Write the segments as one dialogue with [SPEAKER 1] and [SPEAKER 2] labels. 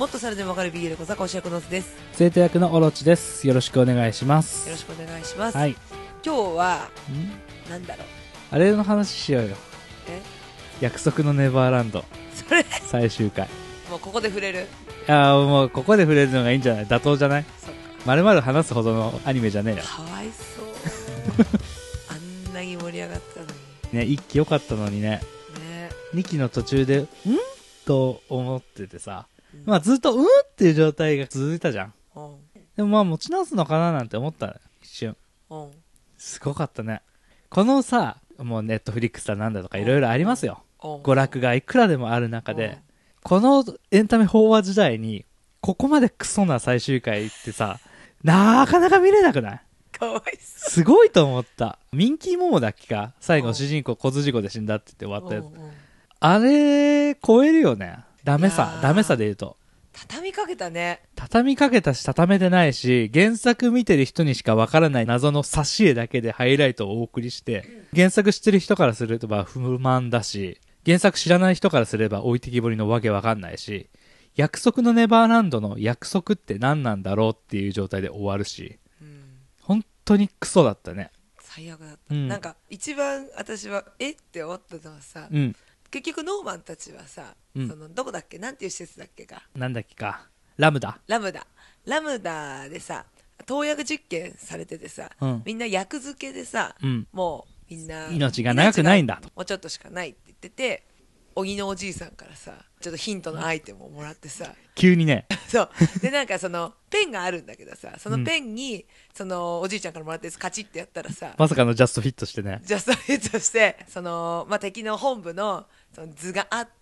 [SPEAKER 1] っと猿でもわかる BL 小坂推し役の図です。
[SPEAKER 2] 生徒役のオロチです。よろしくお願いします。
[SPEAKER 1] よろしくお願いします。
[SPEAKER 2] はい。
[SPEAKER 1] 今日はなんだろう、
[SPEAKER 2] あれの話しようよ。約束のネバーランド
[SPEAKER 1] それ
[SPEAKER 2] 最終回。
[SPEAKER 1] もうここで触れる。
[SPEAKER 2] もうここで触れるのがいいんじゃない？妥当じゃない？
[SPEAKER 1] そっか。
[SPEAKER 2] 丸々話すほどのアニメじゃねえよ。
[SPEAKER 1] かわいそうあんなに盛り上がったのに
[SPEAKER 2] ね、1期良かったのにね。
[SPEAKER 1] ね。
[SPEAKER 2] 2期の途中でと思っててさ、まあずっとっていう状態が続いたじゃん。でもまあ持ち直すのかななんて思ったの一瞬。すごかったね。このさ、もうネットフリックスだなんだとかいろいろありますよ。娯楽がいくらでもある中で、このエンタメ飽和時代にここまでクソな最終回ってさ、なかなか見れなくない？
[SPEAKER 1] かわいそう。
[SPEAKER 2] すごいと思った。ミンキーモモだっけか、最後主人公交通事故で死んだって言って終わったやつ。あれ超えるよね。ダメさで言うと
[SPEAKER 1] 畳みかけたね。
[SPEAKER 2] 畳みかけたし畳めてないし、原作見てる人にしかわからない謎の挿絵だけでハイライトをお送りして、原作知ってる人からすれば不満だし、原作知らない人からすれば置いてきぼりのわけわかんないし、約束のネバーランドの約束って何なんだろうっていう状態で終わるし、本当にクソだったね。
[SPEAKER 1] 最悪だった、なんか一番私はって思ったのはさ、結局ノーマンたちはさ、そのどこだっけ、なんていう施設だっけか、
[SPEAKER 2] なんだっけか、ラムダ
[SPEAKER 1] でさ投薬実験されててさ、みんな役付けでさ、もうみんな
[SPEAKER 2] 命が長くないんだと、
[SPEAKER 1] もうちょっとしかないって言ってて、荻のおじいさんからさちょっとヒントのアイテムをもらってさ、
[SPEAKER 2] 急にね
[SPEAKER 1] そうで、なんかそのペンがあるんだけどさ、そのペンに、そのおじいちゃんからもらってカチッてやったらさ、
[SPEAKER 2] まさかのジャストフィットしてね、
[SPEAKER 1] ジャストフィットして、その、まあ、敵の本部のその図があって、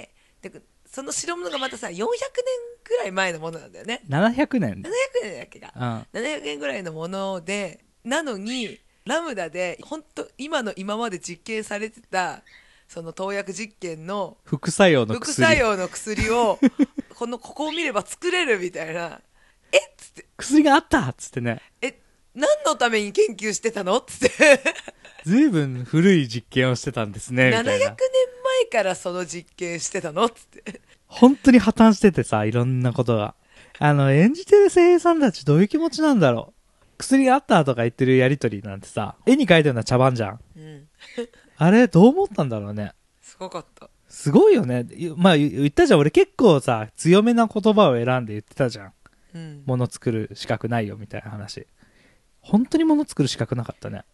[SPEAKER 1] でその代物がまたさ400年ぐらい前のものなんだよね。
[SPEAKER 2] 700年
[SPEAKER 1] 700年だっけか、700年ぐらいのもので、なのにラムダで本当今まで実験されてたその投薬実験の
[SPEAKER 2] 副作用の
[SPEAKER 1] 薬をここを見れば作れるみたいな、っつって、
[SPEAKER 2] 薬があったっつってね、
[SPEAKER 1] 何のために研究してたのっつって
[SPEAKER 2] ずいぶん古い実験をしてたんですねみたいな。
[SPEAKER 1] 700年前からその実験してたのっつって
[SPEAKER 2] 本当に破綻しててさ、いろんなことが。演じてる声優さんたちどういう気持ちなんだろう。薬があったとか言ってるやりとりなんてさ、絵に描いてるような茶番じゃん。あれどう思ったんだろうね。
[SPEAKER 1] すごかった。
[SPEAKER 2] すごいよね。まあ言ったじゃん、俺結構さ、強めな言葉を選んで言ってたじゃん。物作る資格ないよみたいな話。本当に物作る資格なかったね。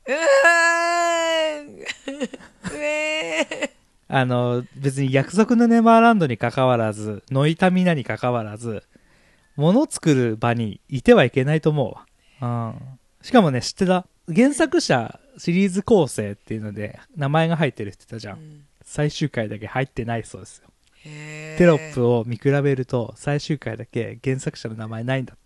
[SPEAKER 2] 別に約束のネバーランドに関わらず、ノイタミナに関わらず、物作る場にいてはいけないと思うわ。しかもね、知ってた？原作者シリーズ構成っていうので名前が入ってるって言ったじゃん。最終回だけ入ってないそうですよ。テロップを見比べると最終回だけ原作者の名前ないんだって。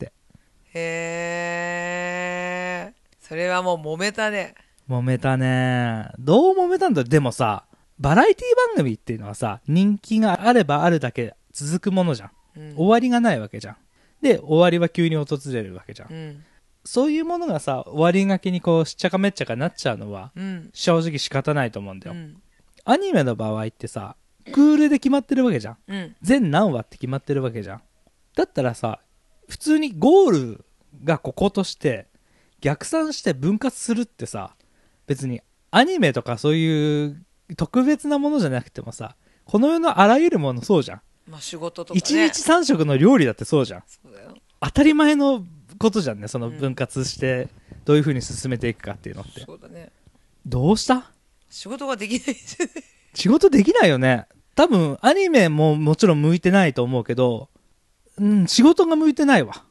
[SPEAKER 1] それはもう揉めたね。
[SPEAKER 2] 揉めたね。どう揉めたんだ。でもさ、バラエティ番組っていうのはさ、人気があればあるだけ続くものじゃん。終わりがないわけじゃん。で、終わりは急に訪れるわけじゃん。そういうものがさ、終わりがけにこうしっちゃかめっちゃかなっちゃうのは、正直仕方ないと思うんだよ。アニメの場合ってさ、クールで決まってるわけじゃん。全何話って決まってるわけじゃん。だったらさ、普通にゴールがこことして逆算して分割するってさ、別にアニメとかそういう特別なものじゃなくてもさ、この世のあらゆるものそうじゃん。
[SPEAKER 1] まあ仕事とかね。
[SPEAKER 2] 1日3食の料理だってそうじゃん。
[SPEAKER 1] そうだよ。
[SPEAKER 2] 当たり前のことじゃんね。その分割してどういう風に進めていくかっていうのって。
[SPEAKER 1] そうだね。
[SPEAKER 2] どうした？
[SPEAKER 1] 仕事ができないじゃね。
[SPEAKER 2] 仕事できないよね。多分アニメももちろん向いてないと思うけど、仕事が向いてないわ。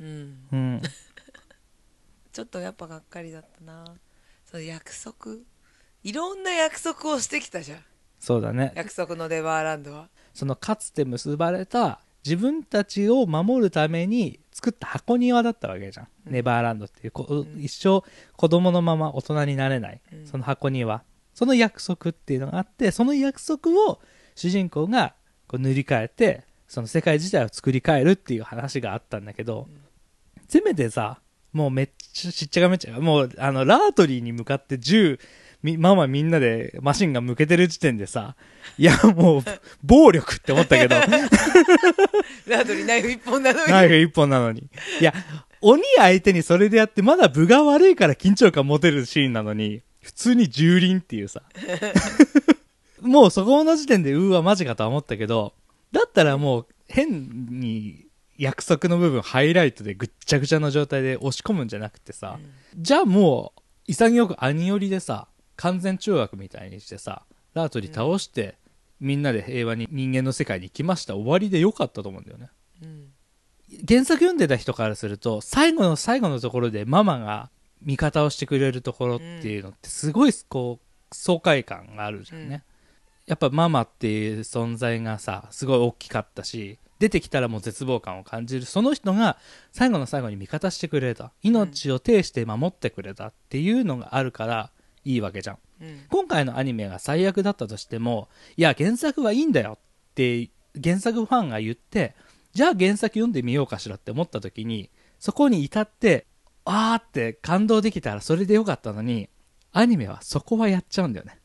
[SPEAKER 1] ちょっとやっぱがっかりだったな。その約束、いろんな約束をしてきたじゃん。
[SPEAKER 2] そうだね。
[SPEAKER 1] 約束のネバーランドは
[SPEAKER 2] そのかつて結ばれた自分たちを守るために作った箱庭だったわけじゃん。ネバーランドっていう一生子供のまま大人になれない、その箱庭、その約束っていうのがあって、その約束を主人公がこう塗り替えて、その世界自体を作り変えるっていう話があったんだけど、せめてさ、もうめっちゃしっちゃがめっちゃ、もうラートリーに向かって銃ママみんなでマシンが向けてる時点でさ、いやもう暴力って思ったけど
[SPEAKER 1] ラードにナイフ一本なのに。
[SPEAKER 2] ナイフ一本なのに。いや、鬼相手にそれでやってまだ分が悪いから緊張感持てるシーンなのに、普通に蹂躙っていうさ。もうそこの時点でうわマジかとは思ったけど、だったらもう変に約束の部分ハイライトでぐっちゃぐちゃの状態で押し込むんじゃなくてさ、じゃあもう潔く兄寄りでさ、完全懲悪みたいにしてさ、ラートリ倒して、みんなで平和に人間の世界に行きました、終わりでよかったと思うんだよね。原作読んでた人からすると、最後の最後のところでママが味方をしてくれるところっていうのってすごいこう爽快感があるじゃんね。やっぱママっていう存在がさ、すごい大きかったし、出てきたらもう絶望感を感じるその人が最後の最後に味方してくれた、命を呈して守ってくれたっていうのがあるからいいわけじゃん、今回のアニメが最悪だったとしても、いや原作はいいんだよって原作ファンが言って、じゃあ原作読んでみようかしらって思った時に、そこに至ってあーって感動できたらそれでよかったのに、アニメはそこはやっちゃうんだよね。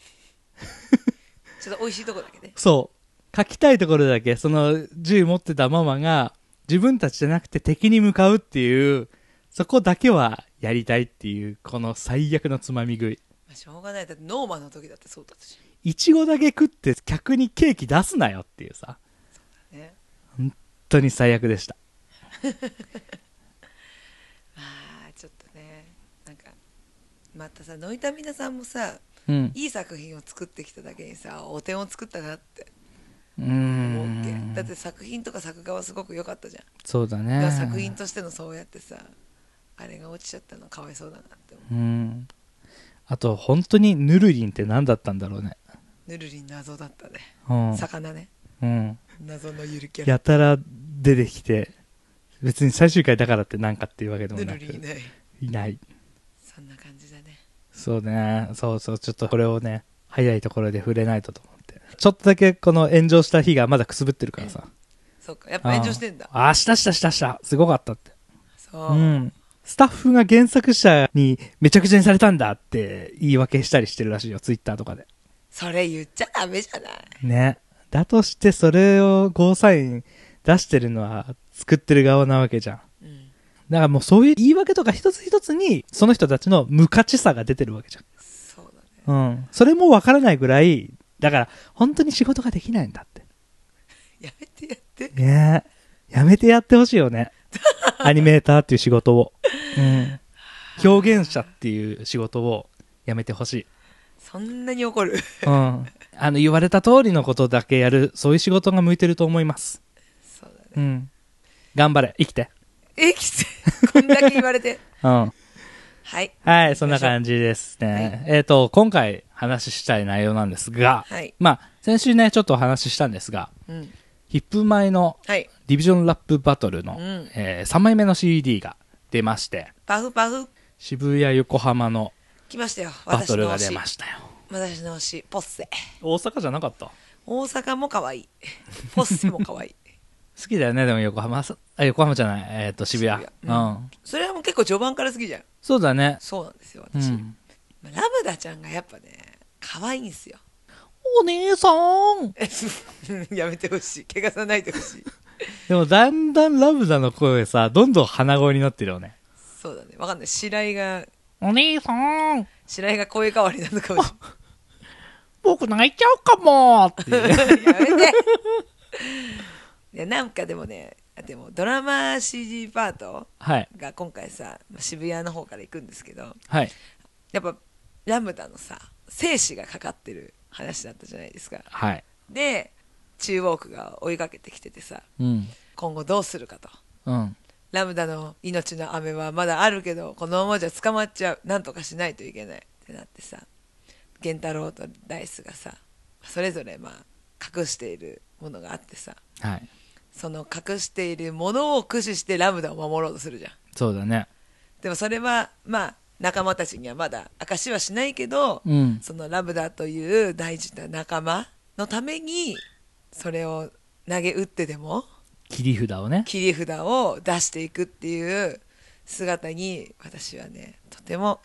[SPEAKER 1] ちょっと美味しいとこだけね。
[SPEAKER 2] そう書きたいところだけ、その銃持ってたママが自分たちじゃなくて敵に向かうっていう、そこだけはやりたいっていう、この最悪のつまみ食い。
[SPEAKER 1] しょうがない。だってノーマンの時だってそうだったし、
[SPEAKER 2] いちごだけ食って客にケーキ出すなよっていうさ、
[SPEAKER 1] そうだね。
[SPEAKER 2] 本当に最悪でした。
[SPEAKER 1] ちょっとね、なんかまたさ、ノイタミナさんもさ、いい作品を作ってきただけにさ、お手を作ったなって思うっけ。だって作品とか作画はすごく良かったじゃん。
[SPEAKER 2] そうだね。
[SPEAKER 1] 作品としてのそうやってさ、あれが落ちちゃったのかわいそうだなって思う。
[SPEAKER 2] あと本当にヌルリンって何だったんだろうね。
[SPEAKER 1] ヌルリン謎だった
[SPEAKER 2] ね。
[SPEAKER 1] 魚ね。謎のゆるキャラ。
[SPEAKER 2] やたら出てきて、別に最終回だからってなんかっていうわけでもなく、
[SPEAKER 1] ヌルリン
[SPEAKER 2] いない。
[SPEAKER 1] そんな感じだね。
[SPEAKER 2] そうね、そうちょっとこれをね、早いところで触れないとと思って。ちょっとだけこの炎上した日がまだくすぶってるからさ。
[SPEAKER 1] そっか、やっぱ炎上してんだ。
[SPEAKER 2] した。すごかったって。
[SPEAKER 1] そう。
[SPEAKER 2] スタッフが原作者にめちゃくちゃにされたんだって言い訳したりしてるらしいよ、ツイッターとかで。
[SPEAKER 1] それ言っちゃダメじゃない。
[SPEAKER 2] ね。だとしてそれをゴーサイン出してるのは作ってる側なわけじゃん。だからもうそういう言い訳とか一つ一つにその人たちの無価値さが出てるわけじゃん。
[SPEAKER 1] そうだ
[SPEAKER 2] ね。それもわからないぐらい、だから本当に仕事ができないんだって。
[SPEAKER 1] やめてやって。
[SPEAKER 2] ねえ。やめてやってほしいよね。アニメーターっていう仕事を。表現者っていう仕事をやめてほしい。
[SPEAKER 1] そんなに怒る。
[SPEAKER 2] 言われた通りのことだけやる、そういう仕事が向いてると思います。
[SPEAKER 1] そうだね。
[SPEAKER 2] 頑張れ、生きて。
[SPEAKER 1] こんだけ言われて。
[SPEAKER 2] はい。はい、そんな感じですね。今回話したい内容なんですが、先週ね、ちょっとお話ししたんですが、ヒップマイのディビジョンラップバトルの、3枚目の CD が出まして、
[SPEAKER 1] パフパフ。
[SPEAKER 2] 渋谷横浜の
[SPEAKER 1] 来ましたよ。
[SPEAKER 2] バトルが出ましたよ。
[SPEAKER 1] 私の推し、ポッセ。
[SPEAKER 2] 大阪じゃなかった？
[SPEAKER 1] 大阪も可愛い。ポッセも可愛い。
[SPEAKER 2] 好きだよね、でも横浜じゃない、渋谷。
[SPEAKER 1] それはもう結構序盤から好きじゃん。
[SPEAKER 2] そうだね。
[SPEAKER 1] そうなんですよ、私。ラムダちゃんがやっぱね、可愛いんですよ。
[SPEAKER 2] お姉さん
[SPEAKER 1] やめてほしい。怪我さないでほしい。
[SPEAKER 2] でもだんだんラムダの声さ、どんどん鼻声になってるよね。
[SPEAKER 1] そうだね。わかんない。白井が
[SPEAKER 2] お兄さん
[SPEAKER 1] 白井が声変わりなのかもしれない。
[SPEAKER 2] 僕泣いちゃうかもって
[SPEAKER 1] やめて。いやなんかでもね、ドラマ CG パートが今回さ、渋谷の方から行くんですけど、やっぱラムダのさ、生死がかかってる話だったじゃないですか。で中央区が追いかけてきててさ、今後どうするかと。ラムダの命の飴はまだあるけど、このままじゃ捕まっちゃう。なんとかしないといけないってなってさ、源太郎とダイスがさ、それぞれ隠しているものがあってさ、その隠しているものを駆使してラムダを守ろうとするじゃん。
[SPEAKER 2] そうだね。
[SPEAKER 1] でもそれは仲間たちにはまだ明かしはしないけど、そのラムダという大事な仲間のためにそれを投げ打ってでも
[SPEAKER 2] 切り札を
[SPEAKER 1] 出していくっていう姿に、私はね、とても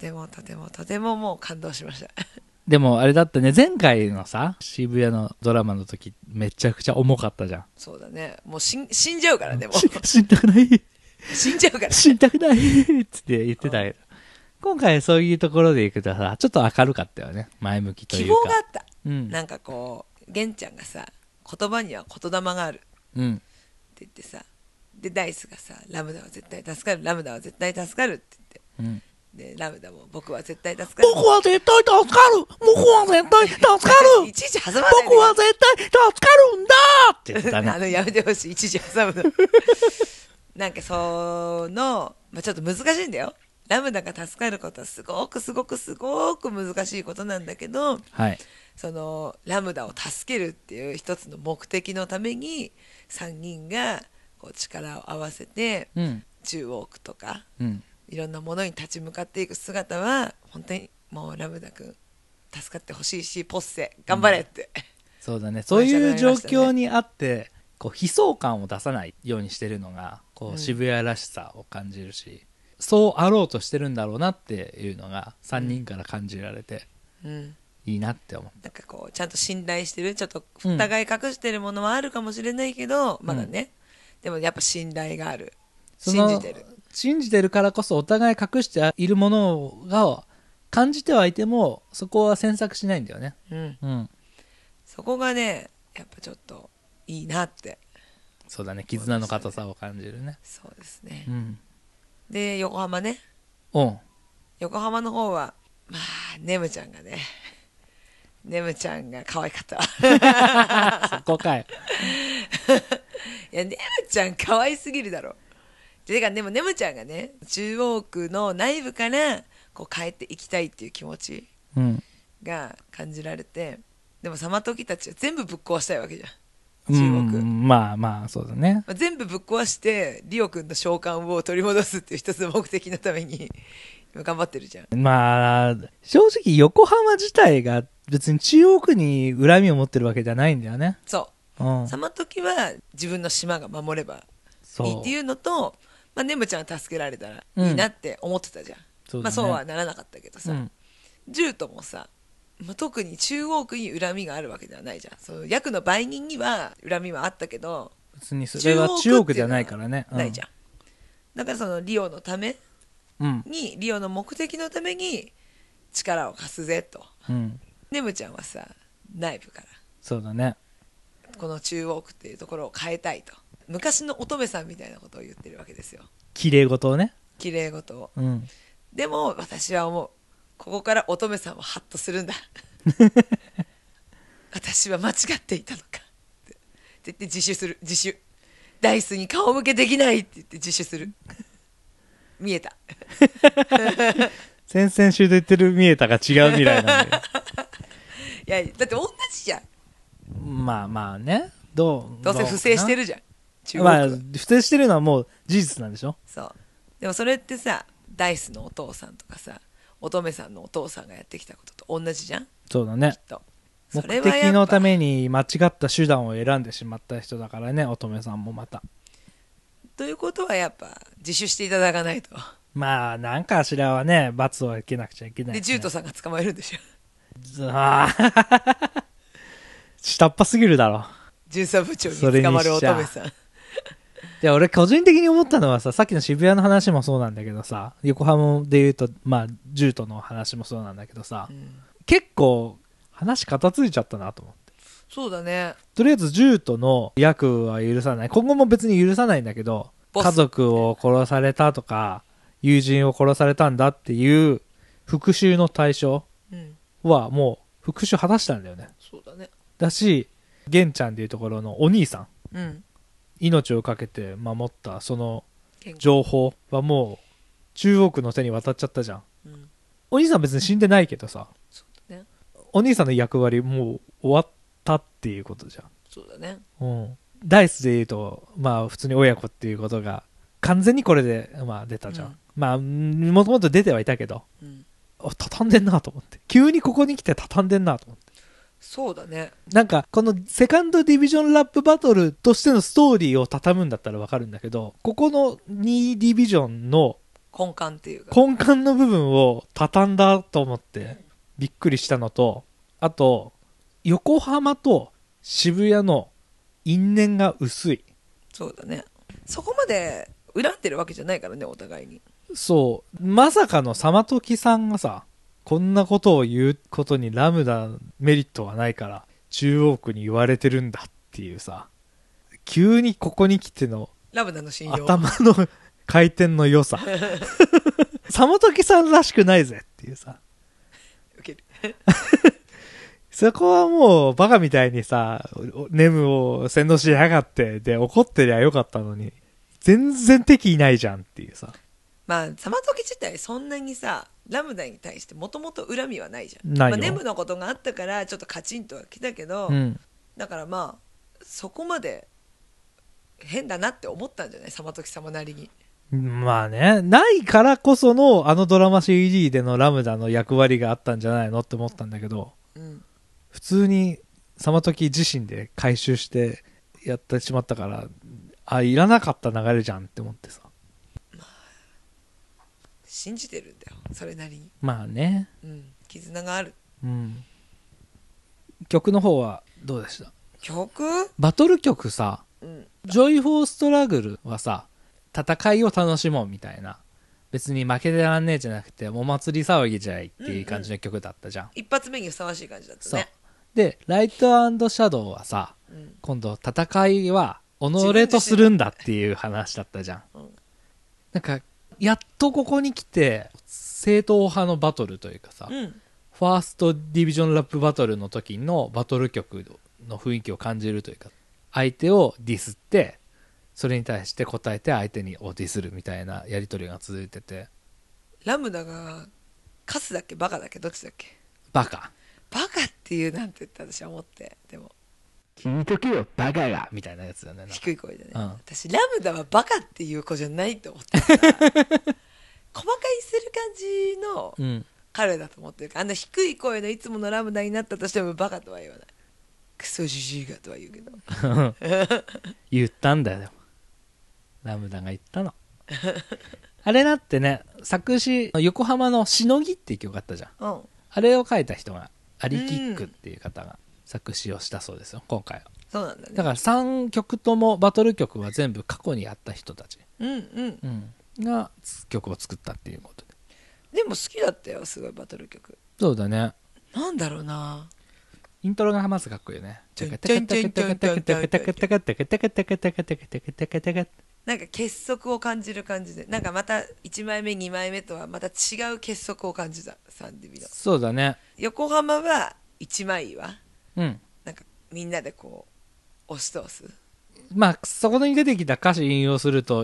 [SPEAKER 1] とてももう感動しました。
[SPEAKER 2] でもあれだったね、前回のさ渋谷のドラマの時めちゃくちゃ重かったじゃん。
[SPEAKER 1] そうだね、もう死んじゃうからね、もう
[SPEAKER 2] 死にたくない
[SPEAKER 1] 死んじゃうから、ね、
[SPEAKER 2] 死にたくないっつって言ってたけど、今回そういうところでいくとさ、ちょっと明るかったよね、前向きというか。
[SPEAKER 1] 希望があった、
[SPEAKER 2] うん、
[SPEAKER 1] なんかこう玄ちゃんがさ、言葉には言霊がある、うん、って言ってさ、でダイスがさ、ラムダは絶対助かる、ラムダは絶対助かるって言って、うん、でラムダも僕は絶対助かる、
[SPEAKER 2] 僕は絶対助かる、僕は絶対助かる
[SPEAKER 1] いちいち挟まないで、
[SPEAKER 2] 僕は絶対助かるんだって言ってたね。
[SPEAKER 1] やめてほしい、いちいち挟むのなんかその、まあ、ちょっと難しいんだよ、ラムダが助かることはすごく難しいことなんだけど、はい、そのラムダを助けるっていう一つの目的のために3人がこう力を合わせて、うん、中央区とか、うん、いろんなものに立ち向かっていく姿は本当にもうラムダ君助かってほしいし、ポッセ頑張れって、うん、そうだね、そういう状況にあってこう悲壮感を出さないようにしてるのがこう渋谷らしさを感じるし、うん、そうあろうとしてるんだろうなっていうのが3人から感じられて、うん、いいなって思う。なんかこうちゃんと信頼してる、ちょっとお互い隠してるものはあるかもしれないけど、うん、まだね、でもやっぱ信頼がある、信じてるからこそお互い隠しているものが感じてはいてもそこは詮索しないんだよね、うんうん、そこがねやっぱちょっといいなって。そうだね、絆の固さを感じるね。そうですね、うん、で横浜ね、横浜の方はまあネムちゃんがね、ネムちゃんが可愛かったそこかいいやネムちゃん可愛すぎるだろ。てかでもネムちゃんがね、中央区の内部からこう変えていきたいっていう気持ちが感じられて、でもサマトキたちは全部ぶっ壊したいわけじゃん、中央区、まあまあそうだね、全部ぶっ壊してリオくんの召喚を取り戻すっていう一つの目的のために頑張ってるじゃん。まあ正直横浜自体が別に中央区に恨みを持ってるわけじゃないんだよね。そう、うん、サマトキは自分の島が守ればいいっていうのと、まあ、ネムちゃんは助けられたらいいなって思ってたじゃん、そうだね、まあ、そうはならなかったけどさ、ジュートもさ、特に中央区に恨みがあるわけではないじゃん。そうヤクの売人には恨みはあったけど、別にそれは中央区じゃないからね、ないじゃん、だからそのリオのために、リオの目的のために力を貸すぜと、ネムちゃんはさ内部から、そうだね、この中央区っていうところを変えたいと、昔の乙女さんみたいなことを言ってるわけですよ、綺麗事をね、綺麗事を、うん、でも私は思う、ここから乙女さんはハッとするんだ私は間違っていたのかって言って自首する、自首、ダイスに顔向けできないって言って自首する見えた先々週で言ってる見えたが違う未来なんでいやだって同じじゃん。まあまあね、どうせ不正してるじゃん、中国は。まあ不正してるのはもう事実なんでしょ。そう、でもそれってさ、ダイスのお父さんとかさ、乙女さんのお父さんがやってきたことと同じじゃん。そうだね、きっと目的のために間違った手段を選んでしまった人だからね、乙女さんもまた。ということはやっぱ自首していただかないと。まあなんかしらはね罰を受けなくちゃいけない、ね、でジュートさんが捕まえるんでしょ。ああ下っ端すぎるだろ、巡査部長に捕まる乙女さん。いや俺個人的に思ったのはさ、さっきの渋谷の話もそうなんだけどさ、横浜でいうとまあジュートの話もそうなんだけどさ、結構話片付いちゃったなと思って。そうだね、とりあえずジュートの役は許さない、今後も別に許さないんだけど、家族を殺されたとか友人を殺されたんだっていう復讐の対象はもう復讐果たしたんだよね、そうだね、だし玄ちゃんでいうところのお兄さん、命をかけて守ったその情報はもう中央区の手に渡っちゃったじゃん、お兄さん別に死んでないけどさ、そうだね、お兄さんの役割もう終わったっていうことじゃん。そうだね、ダイスでいうとまあ普通に親子っていうことが完全にこれで、まあ、出たじゃん、まあもともと出てはいたけど、畳んでんなと思って、急にここに来て畳んでんなと思って。そうだね、なんかこのセカンドディビジョンラップバトルとしてのストーリーを畳むんだったら分かるんだけど、ここの2ディビジョンの根幹っていうか
[SPEAKER 2] 根幹の部分を畳んだと思ってびっくりしたのと、あと横浜と渋谷の因縁が薄い。
[SPEAKER 1] そうだね。そこまで恨んでるわけじゃないからね、お互いに。
[SPEAKER 2] そう、まさかの様時さんがさ、こんなことを言うことにラムダメリットはないから中央区に言われてるんだっていうさ、急にここに来ての
[SPEAKER 1] ラムダの信用
[SPEAKER 2] 頭の回転の良さ様時さんらしくないぜっていうさ、
[SPEAKER 1] ウケる
[SPEAKER 2] そこはもうバカみたいにさ、ネムを洗脳しやがってで怒ってりゃよかったのに、全然敵いないじゃんっていうさ。
[SPEAKER 1] まあ様時自体そんなにさラムダに対してもともと恨みはないじゃん。
[SPEAKER 2] ないよ。
[SPEAKER 1] まあ、ネムのことがあったからちょっとカチンとは来たけど、
[SPEAKER 2] うん、
[SPEAKER 1] だからまあそこまで変だなって思ったんじゃない、様時様なりに。
[SPEAKER 2] まあね、ないからこそのあのドラマ CD でのラムダの役割があったんじゃないのって思ったんだけど、
[SPEAKER 1] うん、
[SPEAKER 2] 普通に様時自身で回収してやってしまったから、あ、いらなかった流れじゃんって思ってさ。
[SPEAKER 1] まあ、信じてるんだよそれなりに。
[SPEAKER 2] まあね、
[SPEAKER 1] うん、絆がある。
[SPEAKER 2] うん。曲の方はどうでした？
[SPEAKER 1] 曲？
[SPEAKER 2] バトル曲さ、
[SPEAKER 1] うん、
[SPEAKER 2] ジョイフォーストラグルはさ、戦いを楽しもうみたいな、別に負けてらんねえじゃなくてお祭り騒ぎじゃいっていう感じの曲だったじゃん、
[SPEAKER 1] 一発目にふさわしい感じだったね。
[SPEAKER 2] そうで、ライト&シャドウはさ、
[SPEAKER 1] うん、
[SPEAKER 2] 今度戦いは己とするんだっていう話だったじゃん、うん、なんかやっとここに来て正統派のバトルというかさ、うん、ファーストディビジョンラップバトルの時のバトル曲の雰囲気を感じるというか、相手をディスってそれに対して答えて相手にディスるみたいなやり取りが続いてて、
[SPEAKER 1] ラムダがカスだっけバカだっけどっちだっけ？
[SPEAKER 2] バカ
[SPEAKER 1] っていうなんて言った私は思って、でも
[SPEAKER 2] 聞いとけよバカがみたいなやつだね。
[SPEAKER 1] 低い声でね、
[SPEAKER 2] うん、
[SPEAKER 1] 私ラムダはバカっていう子じゃないと思ってたから細かいする感じの彼だと思ってるから、あんな低い声のいつものラムダになったとしてもバカとは言わない。クソジジイがとは言うけど
[SPEAKER 2] 言ったんだよ。でもラムダが言ったのあれだってね、作詞横浜のしのぎっていう曲あったじゃん、うん、あれを書いた人がアリキックっていう方が作詞をしたそうですよ今回は。
[SPEAKER 1] そうなんだね。
[SPEAKER 2] だから3曲ともバトル曲は全部過去にやった人たち、
[SPEAKER 1] うんうん
[SPEAKER 2] うん、が曲を作ったっていうことで。
[SPEAKER 1] でも好きだったよすごいバトル曲。
[SPEAKER 2] そうだね。
[SPEAKER 1] なんだろうな、
[SPEAKER 2] イントロがまずかっこいいよね。
[SPEAKER 1] なんか結束を感じる感じで、なんかまた1枚目2枚目とはまた違う結束を感じたサンディビの。
[SPEAKER 2] そうだね。
[SPEAKER 1] 横浜は1枚は、
[SPEAKER 2] うん、
[SPEAKER 1] なんかみんなでこう押し通す。
[SPEAKER 2] まあそこに出てきた歌詞引用すると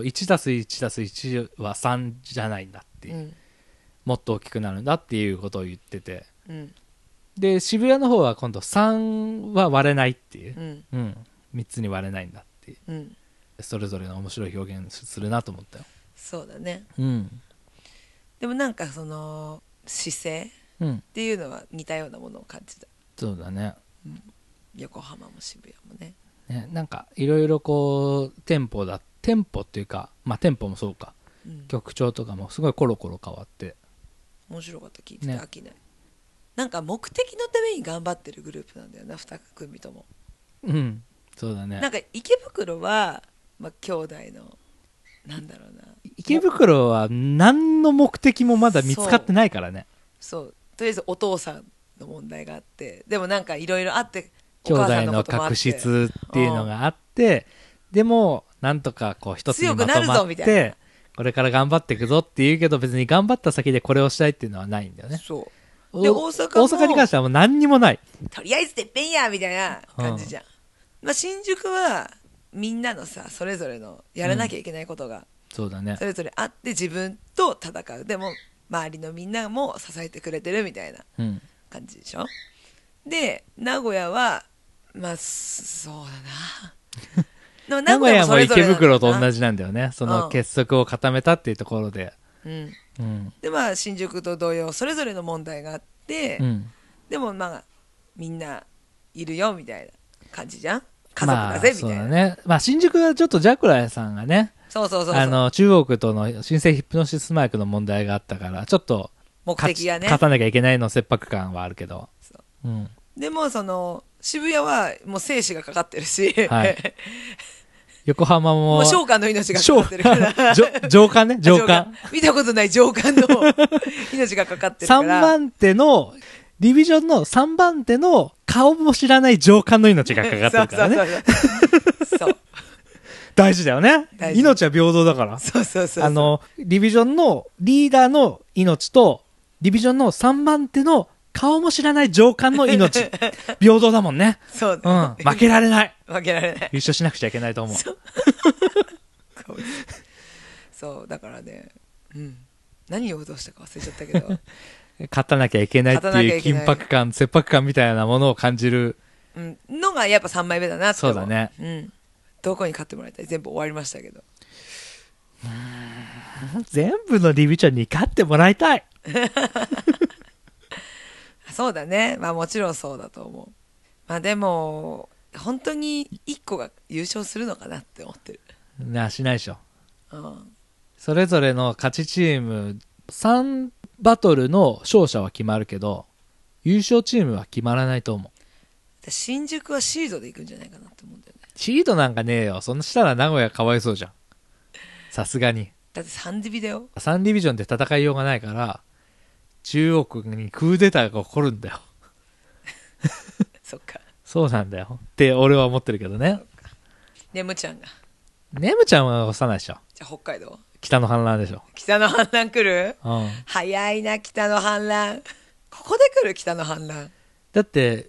[SPEAKER 2] 1+1+1 は3じゃないんだっていう、うん、もっと大きくなるんだっていうことを言ってて、うん、で渋谷の方は今度3は割れないっていう、うんうん、3つに割れないんだっていう、うん、それぞれの面白い表現するなと思ったよ。
[SPEAKER 1] そうだね、
[SPEAKER 2] うん、
[SPEAKER 1] でもなんかその姿勢っていうのは似たようなものを感じた。
[SPEAKER 2] そうだね、
[SPEAKER 1] うん、横浜も渋谷もね。
[SPEAKER 2] なんかいろいろこうテンポっていうか、まあテンポもそうか、うん、曲調とかもすごいコロコロ変わって
[SPEAKER 1] 面白かった。聞いてて飽きない、ね、なんか目的のために頑張ってるグループなんだよな2組とも。
[SPEAKER 2] うん、そうだね。
[SPEAKER 1] なんか池袋は、まあ、兄弟のなんだろうな、
[SPEAKER 2] 池袋は何の目的もまだ見つかってないからね。
[SPEAKER 1] そうとりあえずお父さんの問題があって、でもなんかいろいろあって
[SPEAKER 2] 兄弟の確執っていうのがあって、でもなんとかこう一つにまとまってこれから頑張っていくぞっていうけど、別に頑張った先でこれをしたいっていうのはないんだよね。
[SPEAKER 1] そうで大阪
[SPEAKER 2] に関してはもう何にもない。
[SPEAKER 1] とりあえずてっぺんやみたいな感じじゃん、まあ、新宿はみんなのさそれぞれのやらなきゃいけないことが、
[SPEAKER 2] そうだね、
[SPEAKER 1] それぞれあって自分と戦う、でも周りのみんなも支えてくれてるみたいな感じでしょ、で名古屋はまあそうだな
[SPEAKER 2] 名古屋も池袋と同じなんだよね、その結束を固めたっていうところで、
[SPEAKER 1] うんうん、でまあ新宿と同様それぞれの問題があって、うん、でもまあみんないるよみたいな感じじゃん、家族だぜみたいな、
[SPEAKER 2] まあそうだね、まあ、新宿はちょっとジャクラヤさんがね
[SPEAKER 1] そうそうそうそう。
[SPEAKER 2] 中国との新生ヒプノシスマイクの問題があったから、ちょっと、
[SPEAKER 1] 目的がね。
[SPEAKER 2] 勝たなきゃいけないの切迫感はあるけど。うん。
[SPEAKER 1] でも、渋谷はもう生死がかかってるし、はい、
[SPEAKER 2] 横浜も。
[SPEAKER 1] 召喚の命がかかってるから。
[SPEAKER 2] 上官ね、上官。
[SPEAKER 1] 見たことない上官の命がかかってるから。
[SPEAKER 2] 3番手の、ディビジョンの3番手の顔も知らない上官の命がかかってるからね。そう。大事だよね。命は平等だから。
[SPEAKER 1] そうそうそう。
[SPEAKER 2] ディビジョンのリーダーの命と、ディビジョンの3番手の顔も知らない上官の命。平等だもんね。
[SPEAKER 1] そうだ、
[SPEAKER 2] うん。負けられない。
[SPEAKER 1] 負けられない。
[SPEAKER 2] 優勝しなくちゃいけないと思う。
[SPEAKER 1] そう、だからね、うん。何をどうしたか忘れちゃったけど。
[SPEAKER 2] 勝たなきゃいけないっていう緊迫感、切迫感みたいなものを感じる。
[SPEAKER 1] うん。のがやっぱ3枚目だなって
[SPEAKER 2] 思う。そうだね。
[SPEAKER 1] うん。どこに勝ってもらいたい？全部終わりましたけど。
[SPEAKER 2] 全部のディビジョンに勝ってもらいたい。
[SPEAKER 1] そうだね。まあもちろんそうだと思う。まあでも、本当に1個が優勝するのかなって思ってる。
[SPEAKER 2] しないでしょ。
[SPEAKER 1] うん。
[SPEAKER 2] それぞれの勝ちチーム、3バトルの勝者は決まるけど、優勝チームは決まらないと思う。
[SPEAKER 1] 新宿はシードで行くんじゃないかなって思うんだよね。
[SPEAKER 2] シードなんかねえよ。そんなしたら名古屋かわいそうじゃん。さすがに。
[SPEAKER 1] だって3ディビだよ。
[SPEAKER 2] 3ディビジョンで戦いようがないから、中国にクーデターが起こるんだよ。
[SPEAKER 1] そっか。
[SPEAKER 2] そうなんだよ。って俺は思ってるけどね。
[SPEAKER 1] ネムちゃんが。
[SPEAKER 2] ネムちゃんは押さないでしょ。
[SPEAKER 1] じゃあ北海道
[SPEAKER 2] 北の反乱でしょ。
[SPEAKER 1] 北の反乱来る？
[SPEAKER 2] うん。
[SPEAKER 1] 早いな、北の反乱。ここで来る北の反乱。
[SPEAKER 2] だって、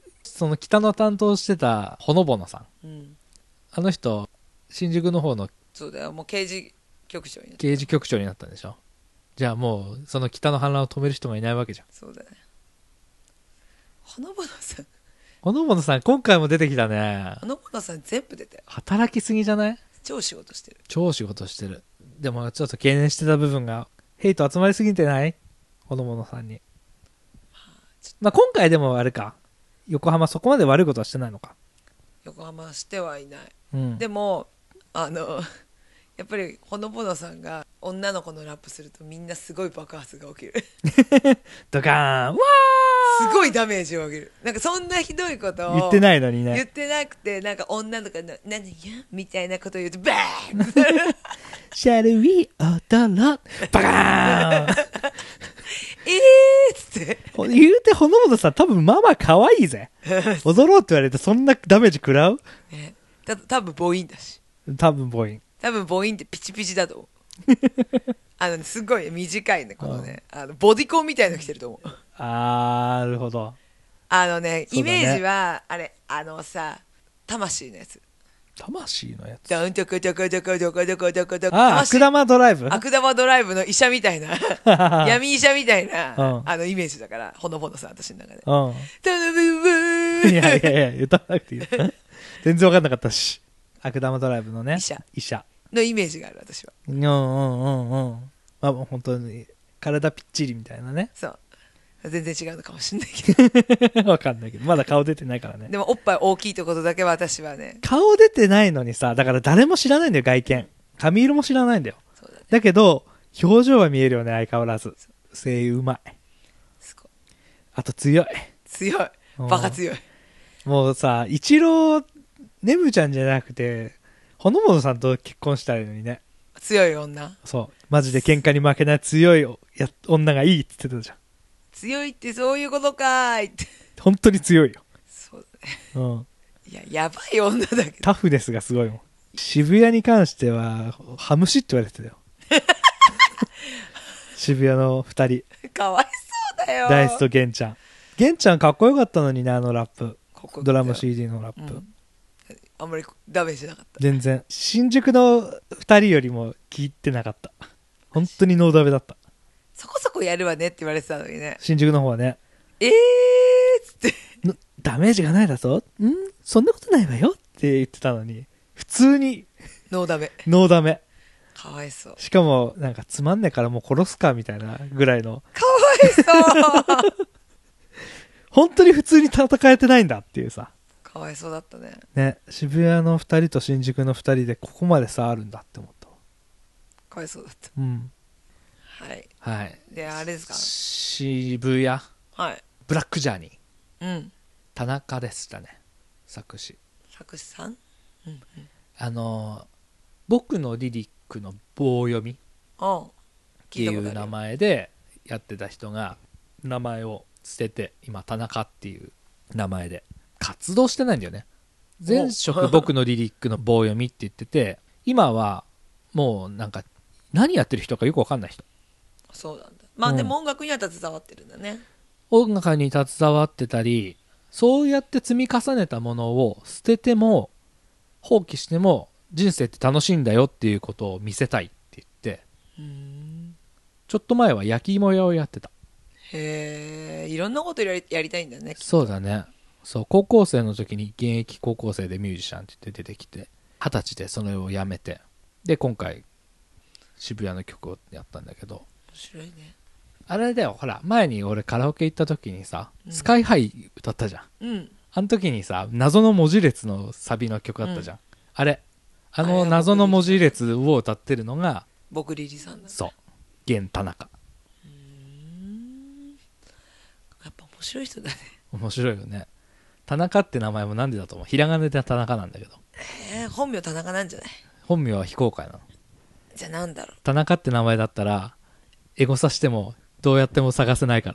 [SPEAKER 2] その北の担当してたほのぼのさん。うん。あの人、新宿の方の。
[SPEAKER 1] そうだよ、もう刑事局長になった。
[SPEAKER 2] 刑事局長になったんでしょ。じゃあもう、その北の反乱を止める人がいないわけじゃん。
[SPEAKER 1] そうだね。ほのぼのさん。
[SPEAKER 2] ほのぼのさん、今回も出てきたね。
[SPEAKER 1] ほのぼのさん全部出たよ。
[SPEAKER 2] 働きすぎじゃない？
[SPEAKER 1] 超仕事してる。
[SPEAKER 2] 超仕事してる。でもちょっと懸念してた部分が、ヘイト集まりすぎてない？ほのぼのさんに。まあ今回でもあれか。横浜そこまで悪いことはしてないのか。
[SPEAKER 1] 横浜してはいない。
[SPEAKER 2] うん、で
[SPEAKER 1] も、やっぱりほのぼのさんが女の子のラップするとみんなすごい爆発が起きる。
[SPEAKER 2] ドカーンわー
[SPEAKER 1] すごいダメージを受ける。なんかそんなひどいことを
[SPEAKER 2] 言ってないのにね。
[SPEAKER 1] 言ってなくて、なんか女とかの何やみたいなことを言うとバーン
[SPEAKER 2] シャルウィ踊ろうバカーンっ
[SPEAKER 1] つって
[SPEAKER 2] 言うてほのぼのさん多分ママ可愛いぜ。踊ろうって言われてそんなダメージ食らう？
[SPEAKER 1] ね、多分母音だし。
[SPEAKER 2] 多分母音。
[SPEAKER 1] 多分母音ってピチピチだと思う。すごい短いね、このね、ボディコンみたいの着てると思う。
[SPEAKER 2] なるほど。
[SPEAKER 1] ね、イメージは、あれ、さ、魂のやつ。
[SPEAKER 2] 魂のやつ。
[SPEAKER 1] どんとこどこどこどこどこどこどこ。
[SPEAKER 2] 悪玉ドライブ？
[SPEAKER 1] 悪玉ドライブの医者みたいな、闇医者みたいな、イメージだから、ほのぼのさん、私の中で。頼むブー。
[SPEAKER 2] いやいやいや、歌わなくていい。全然わかんなかったし。悪玉ドライブのね。医者。
[SPEAKER 1] のイメージがある、私は。
[SPEAKER 2] まあ、本当に、体ぴっちりみたいなね。
[SPEAKER 1] そう。全然違うのかもしれないけ
[SPEAKER 2] ど。わかんないけど、まだ顔出てないからね。
[SPEAKER 1] でも、おっぱい大きいってことだけは私はね。
[SPEAKER 2] 顔出てないのにさ、だから誰も知らないんだよ、外見。髪色も知らないんだよ。そうだね。だけど、表情は見えるよね、相変わらず。声優うまい。すごい。あと強い。
[SPEAKER 1] 強い。バカ強い。
[SPEAKER 2] もうさ、一郎、ねむちゃんじゃなくて、ほのぼのさんと結婚したいのにね。
[SPEAKER 1] 強い女。
[SPEAKER 2] そう。マジで喧嘩に負けない強い女がいいって言ってたじゃん。
[SPEAKER 1] 強いってそういうことかーいって。
[SPEAKER 2] 本当に強いよ。
[SPEAKER 1] そうだね。うん。いや、やばい女だけど。
[SPEAKER 2] タフネスがすごいもん。渋谷に関しては、ハムシって言われてたよ。渋谷の二人。
[SPEAKER 1] かわいそうだよ。
[SPEAKER 2] ダイスとゲンちゃん。ゲンちゃんかっこよかったのにね、あのラップ。ドラム CD のラップ。
[SPEAKER 1] あんまりダメージなかった。
[SPEAKER 2] 全然。新宿の二人よりも聞いてなかった。本当にノーダメだった。
[SPEAKER 1] そこそこやるわねって言われてたのにね。
[SPEAKER 2] 新宿の方はね。
[SPEAKER 1] っつって。
[SPEAKER 2] ダメージがないだぞ。そんなことないわよって言ってたのに、普通に。
[SPEAKER 1] ノーダメ。
[SPEAKER 2] ノーダメ。
[SPEAKER 1] かわいそう。
[SPEAKER 2] しかも、なんかつまんねえからもう殺すかみたいなぐらいの。
[SPEAKER 1] かわいそう
[SPEAKER 2] 本当に普通に戦えてないんだっていうさ。
[SPEAKER 1] かわいそうだったね。
[SPEAKER 2] ね、渋谷の2人と新宿の2人でここまで差あるんだって思ったわ。
[SPEAKER 1] わいそうだった。
[SPEAKER 2] うん。
[SPEAKER 1] はい。
[SPEAKER 2] はい。
[SPEAKER 1] で、あれですか。
[SPEAKER 2] 渋谷。はい。ブラックジャーニー。うん。田中でしたね。作詞。
[SPEAKER 1] 作詞さん？うんうん。
[SPEAKER 2] 僕のリリックの棒読みっていう名前でやってた人が名前を捨てて今田中っていう名前で活動してないんだよね。前職僕のリリックの棒読みって言ってて今はもうなんか何やってる人かよく分かんない人。
[SPEAKER 1] そうなんだ。まあでも音楽には携わってるんだね。
[SPEAKER 2] 音楽に携わってたりそうやって積み重ねたものを捨てても放棄しても人生って楽しいんだよっていうことを見せたいって言ってちょっと前は焼き芋屋をやってた。
[SPEAKER 1] へえ、いろんなことやりたいんだね。
[SPEAKER 2] そうだね。そう高校生の時に現役高校生でミュージシャンって言って出てきて20歳でそれをやめてで今回渋谷の曲をやったんだけど面
[SPEAKER 1] 白いね。
[SPEAKER 2] あれだよほら前に俺カラオケ行った時にさ、スカイハイ歌ったじゃん、うん、あの時にさ謎の文字列のサビの曲あったじゃん、あれ謎の文字列を歌ってるのが
[SPEAKER 1] 僕リリさんだ、ね、
[SPEAKER 2] そう現田中。
[SPEAKER 1] やっぱ面白い人だね。
[SPEAKER 2] 面白いよね。田中って名前もなんでだと思う。ひらがなで田中なんだけど
[SPEAKER 1] 本名田中なんじゃない？
[SPEAKER 2] 本名は非公開なの。
[SPEAKER 1] じゃあなんだろう。
[SPEAKER 2] 田中って名前だったらエゴサしてもどうやっても探せないから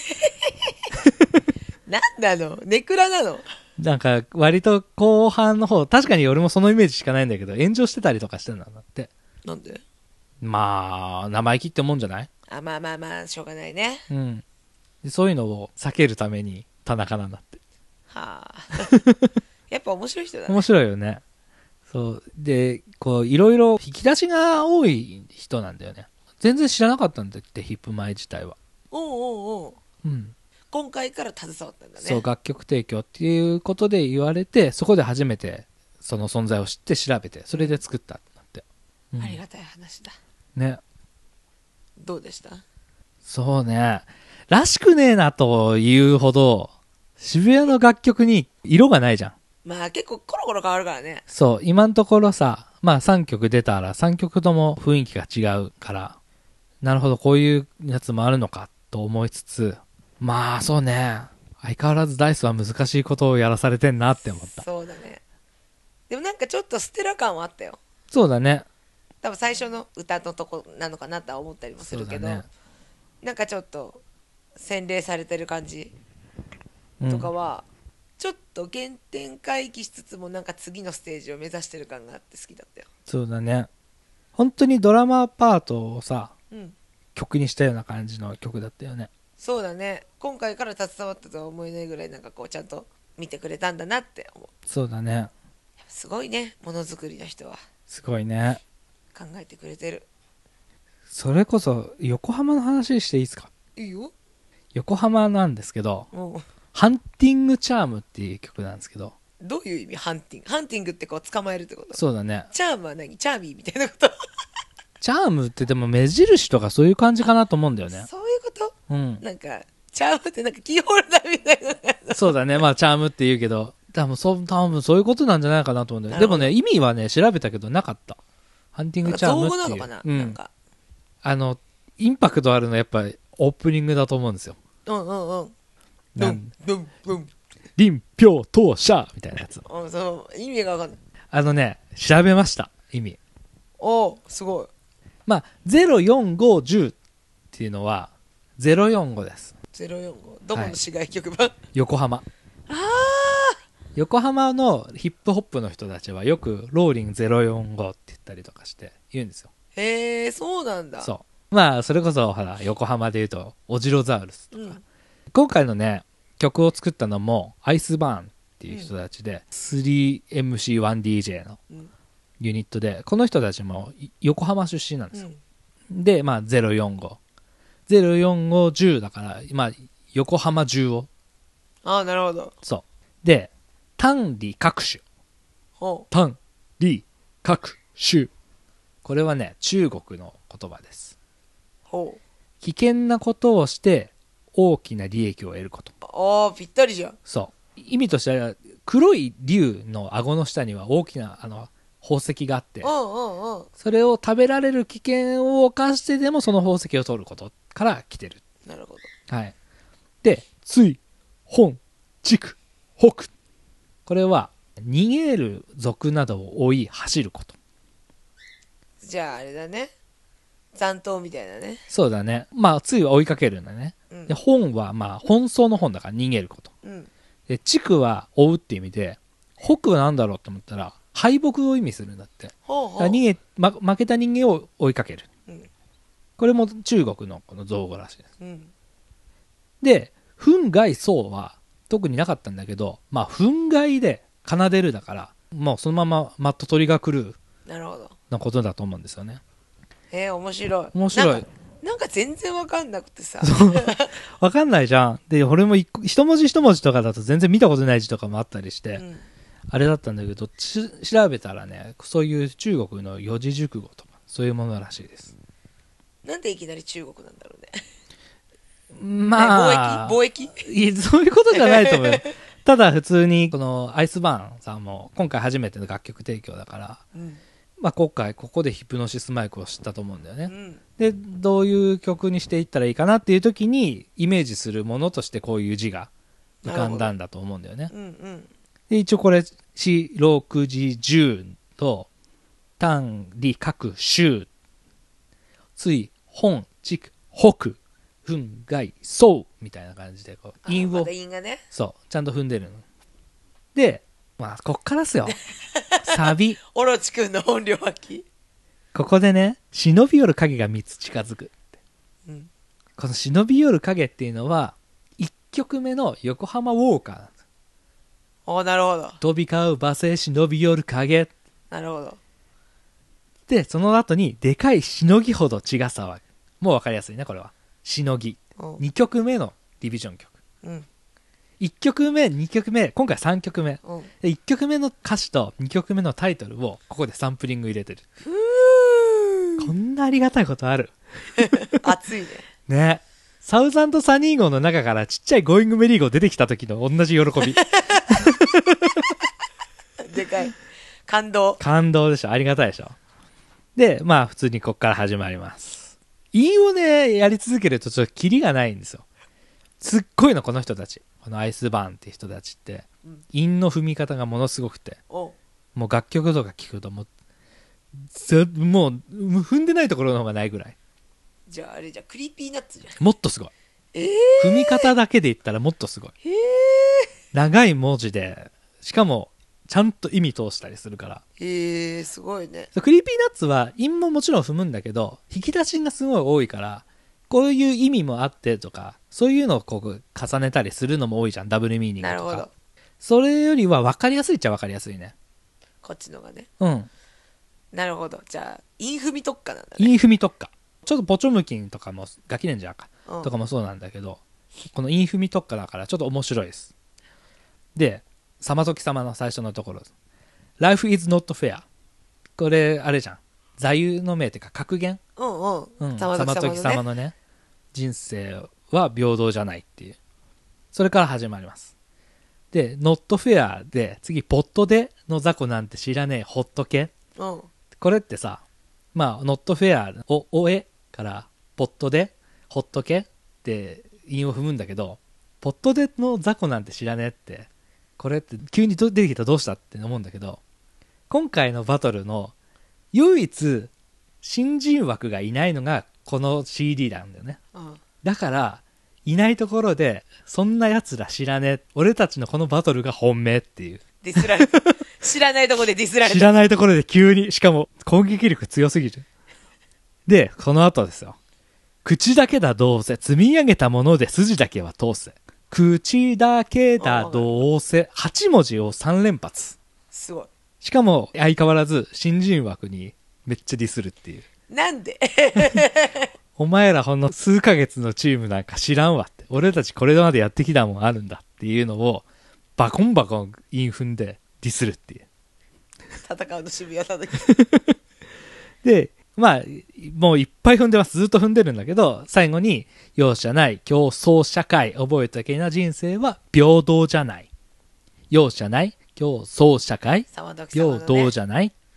[SPEAKER 1] なんなの？ネクラなの？
[SPEAKER 2] なんか割と後半の方確かに俺もそのイメージしかないんだけど炎上してたりとかしてるんだって。
[SPEAKER 1] なんで？
[SPEAKER 2] まあ生意気ってもんじゃない？
[SPEAKER 1] まあしょうがないね。
[SPEAKER 2] うんでそういうのを避けるために田中なんだって。はあ
[SPEAKER 1] やっぱ面白い人だね。
[SPEAKER 2] 面白いよね。そうでこういろいろ引き出しが多い人なんだよね。全然知らなかったんだってヒップマイ自体は。
[SPEAKER 1] おううん今回から携わったんだね。
[SPEAKER 2] そう楽曲提供っていうことで言われてそこで初めてその存在を知って調べてそれで作ったってなって、
[SPEAKER 1] ありがたい話だ
[SPEAKER 2] ね。
[SPEAKER 1] どうでした？
[SPEAKER 2] そうねらしくねえなというほど渋谷の楽曲に色がないじゃん。
[SPEAKER 1] まあ結構コロコロ変わるからね。
[SPEAKER 2] そう今のところさまあ3曲出たら3曲とも雰囲気が違うからなるほどこういうやつもあるのかと思いつつまあそうね相変わらずダイスは難しいことをやらされてんなって思った。
[SPEAKER 1] そうだね。でもなんかちょっとステラ感はあったよ。
[SPEAKER 2] そうだね
[SPEAKER 1] 多分最初の歌のとこなのかなとは思ったりもするけど、ね、なんかちょっと洗練されてる感じとかは、ちょっと原点回帰しつつもなんか次のステージを目指してる感があって好きだったよ。
[SPEAKER 2] そうだね本当にドラマパートをさ、曲にしたような感じの曲だったよね。
[SPEAKER 1] そうだね今回から携わったとは思えないぐらいなんかこうちゃんと見てくれたんだなって思う。
[SPEAKER 2] そうだね
[SPEAKER 1] すごいねものづくりの人は。
[SPEAKER 2] すごいね
[SPEAKER 1] 考えてくれてる。
[SPEAKER 2] それこそ横浜の話していいですか？
[SPEAKER 1] いいよ。
[SPEAKER 2] 横浜なんですけどハンティングチャームっていう曲なんですけど。
[SPEAKER 1] どういう意味？ハンティングってこう捕まえるってこと？
[SPEAKER 2] そうだね。
[SPEAKER 1] チャームは何？チャーミーみたいなこと
[SPEAKER 2] チャームってでも目印とかそういう感じかなと思うんだよね。
[SPEAKER 1] そういうこと？
[SPEAKER 2] うん
[SPEAKER 1] なんかチャームってなんかキーホルダーみたいな
[SPEAKER 2] そうだねまあチャームって言うけど多分そういうことなんじゃないかなと思うんだよ。でもね意味はね調べたけどなかった。ハンティングチャームっていう造語なのかな、なんかインパクトあるのやっぱオープニングだと思うんですよ。ドン臨氷当社みたいなやつ。
[SPEAKER 1] そう意味が分かんない。
[SPEAKER 2] 調べました意味。
[SPEAKER 1] すごい。
[SPEAKER 2] まあ04510っていうのは045です。
[SPEAKER 1] 045どこの市街局番？
[SPEAKER 2] 横浜。横浜のヒップホップの人たちはよくローリン045って言ったりとかして言うんですよ。
[SPEAKER 1] へえそうなんだ。
[SPEAKER 2] そうまあそれこそほら横浜でいうとオジロザウルスとか、今回のね曲を作ったのもアイスバーンっていう人たちで、3MC1DJ のユニットでこの人たちも横浜出身なんですよ、でまあ04510だからまあ横浜中を
[SPEAKER 1] なるほど。
[SPEAKER 2] そうで単理各種単理各種これはね中国の言葉です。危険なことをして大きな利益を得ること。
[SPEAKER 1] ぴったりじゃん。
[SPEAKER 2] そう意味としては黒い竜の顎の下には大きな宝石があって、それを食べられる危険を冒してでもその宝石を取ることから来てる。
[SPEAKER 1] なるほど。
[SPEAKER 2] はい。で、隋、本、畜、北。これは逃げる族などを追い走ること。
[SPEAKER 1] じゃああれだね。残党みたいなね。
[SPEAKER 2] そうだね。まあ、隋は追いかけるんだね。で、本はまあ、奔走の本だから逃げること。で、畜は追うって意味で、北は何だろうと思ったら、敗北を意味するんだって。負けた人間を追いかける。これも中国のこの造語らしいです。で、憤慨宋は特になかったんだけど、まあ、憤慨で奏でるだから、もうそのままマットトリガークルーのことだと思うんですよね。
[SPEAKER 1] 面白い。
[SPEAKER 2] 面白い。
[SPEAKER 1] なんか全然わかんなくてさ。
[SPEAKER 2] わかんないじゃん。で、俺も一文字一文字とかだと全然見たことない字とかもあったりして、あれだったんだけど、調べたらね、そういう中国の四字熟語とか、そういうものらしいです。
[SPEAKER 1] なんでいきなり中国なんだろうね。
[SPEAKER 2] まあ、
[SPEAKER 1] 貿易
[SPEAKER 2] いや、そういうことじゃないと思うよ。ただ普通に、このアイスバーンさんも今回初めての楽曲提供だから、まあ今回ここでヒプノシスマイクを知ったと思うんだよね。で、どういう曲にしていったらいいかなっていう時に、イメージするものとしてこういう字が浮かんだんだと思うんだよね。で、一応これ、四六時十と、単理各州、隋、本、畜、北、憤慨、宋みたいな感じでこう韻を、そうちゃんと踏んでるので、まあこっからっすよ。サビ
[SPEAKER 1] オロチくんの本領発揮。
[SPEAKER 2] ここでね、忍び寄る影が3つ近づくって、この忍び寄る影っていうのは1曲目の横浜ウォーカーなんです。
[SPEAKER 1] なるほど。
[SPEAKER 2] 飛び交う馬声忍び寄る影。
[SPEAKER 1] なるほど。
[SPEAKER 2] でその後にでかいしのぎほど血が騒ぐ。もう分かりやすいね、これはしのぎ。2曲目のディビジョン曲、1曲目2曲目、今回3曲目、で1曲目の歌詞と2曲目のタイトルをここでサンプリング入れてる。こんなありがたいことある。
[SPEAKER 1] 熱いね。
[SPEAKER 2] ね、サウザンドサニー号の中からちっちゃいゴーイングメリー号出てきた時の同じ喜び。
[SPEAKER 1] でかい感動
[SPEAKER 2] でしょ。ありがたいでしょ。でまあ普通にこっから始まります。韻をねやり続けるとちょっとキリがないんですよ。すっごいのこの人たち、このアイスバーンって人たちって、韻の踏み方がものすごくて、もう楽曲とか聴くともう踏んでないところの方がないぐらい。
[SPEAKER 1] じゃあクリーピーナッツじゃん。
[SPEAKER 2] もっとすごい、踏み方だけで言ったらもっとすごい。長い文字でしかもちゃんと意味通したりするから。
[SPEAKER 1] すごいね。
[SPEAKER 2] クリーピーナッツは韻ももちろん踏むんだけど、引き出しがすごい多いから、こういう意味もあってとか、そういうのをこう重ねたりするのも多いじゃん、ダブルミーニングとか。なるほど。それよりは分かりやすいっちゃ分かりやすいね。
[SPEAKER 1] こっちのがね。
[SPEAKER 2] な
[SPEAKER 1] るほど。じゃあ韻踏み特化なんだね。
[SPEAKER 2] 韻踏み特化。ちょっとポチョムキンとかもガキレンジャーか、とかもそうなんだけど、この韻踏み特化だからちょっと面白いです。でさまとき様の最初のところ、 Life is not fair。 これあれじゃん、座右の銘っていうか格言。さまとき様のね、人生は平等じゃないっていう、それから始まります。で not fair で次、ポットでの雑魚なんて知らねえほっとけ。これってさ、まあ not fair をおえからポットでほっとけって韻を踏むんだけど、ポットでの雑魚なんて知らねえって、これって急に出てきたらどうしたって思うんだけど、今回のバトルの唯一新人枠がいないのがこの CD なんだよね。だからいないところで、そんなやつら知らねえ、俺たちのこのバトルが本命っていう、
[SPEAKER 1] ディスられた。知らないところでディスられた。
[SPEAKER 2] 知らないところで急に、しかも攻撃力強すぎる。でこの後ですよ。口だけだどうせ積み上げたもので筋だけは通せ。口だけだどうせ、8文字を3連発。
[SPEAKER 1] すごい。
[SPEAKER 2] しかも相変わらず新人枠にめっちゃディスるっていう。
[SPEAKER 1] なんで
[SPEAKER 2] お前らほんの数ヶ月のチームなんか知らんわって、俺たちこれまでやってきたもんあるんだっていうのをバコンバコン韻踏んでディスるっていう。
[SPEAKER 1] 戦うの渋谷さんだけ
[SPEAKER 2] でまあもういっぱい踏んでます。ずっと踏んでるんだけど、最後に容赦ない競争社会、覚えたけな人生は平等じゃない、容赦ない競争社会、平等じゃないっ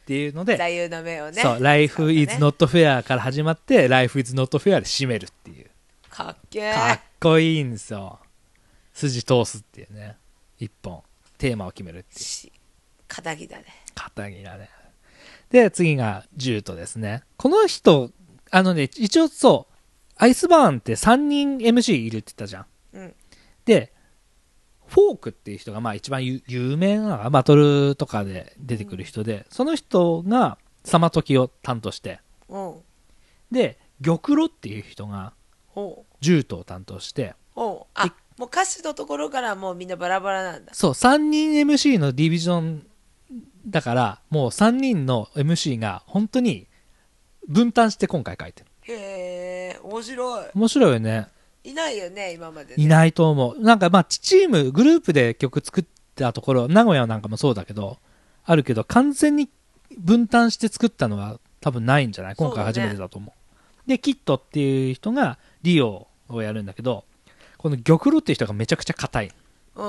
[SPEAKER 2] っていうので、
[SPEAKER 1] 座右の銘をね。
[SPEAKER 2] そう、Life is not fair から始まって、Life is not fair で締めるっていう。
[SPEAKER 1] かっけー。
[SPEAKER 2] かっこいいんですよ。筋通すっていうね。一本。テーマを決めるっていう。
[SPEAKER 1] 肩着だね。
[SPEAKER 2] 肩着だね。で、次がジュートですね。この人、一応そう、アイスバーンって3人 MC いるって言ったじゃん。
[SPEAKER 1] うん、で、
[SPEAKER 2] フォークっていう人がまあ一番有名なバトルとかで出てくる人で、その人がサマトキを担当して、で、玉露っていう人がジュートを担当して、
[SPEAKER 1] もう歌手のところからもうみんなバラバラなんだ。
[SPEAKER 2] そう、3人 MC のディビジョンだから、もう3人の MC が本当に分担して今回書いてる。
[SPEAKER 1] へー、面白い。
[SPEAKER 2] 面白いよね。
[SPEAKER 1] いないよね、今まで、ね。
[SPEAKER 2] いないと思う。なんかまあ、チーム、グループで曲作ったところ、名古屋なんかもそうだけど、あるけど、完全に分担して作ったのは多分ないんじゃない？今回初めてだと思う。で、キットっていう人がリオをやるんだけど、この玉露っていう人がめちゃくちゃ硬い。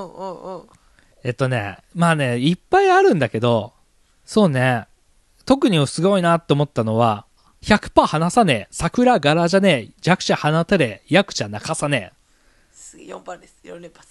[SPEAKER 2] まあね、いっぱいあるんだけど、そうね、特にすごいなって思ったのは、100% 離さねえ、桜柄じゃねえ、弱者放たれ、役者泣かさね
[SPEAKER 1] え。4番です。4連発。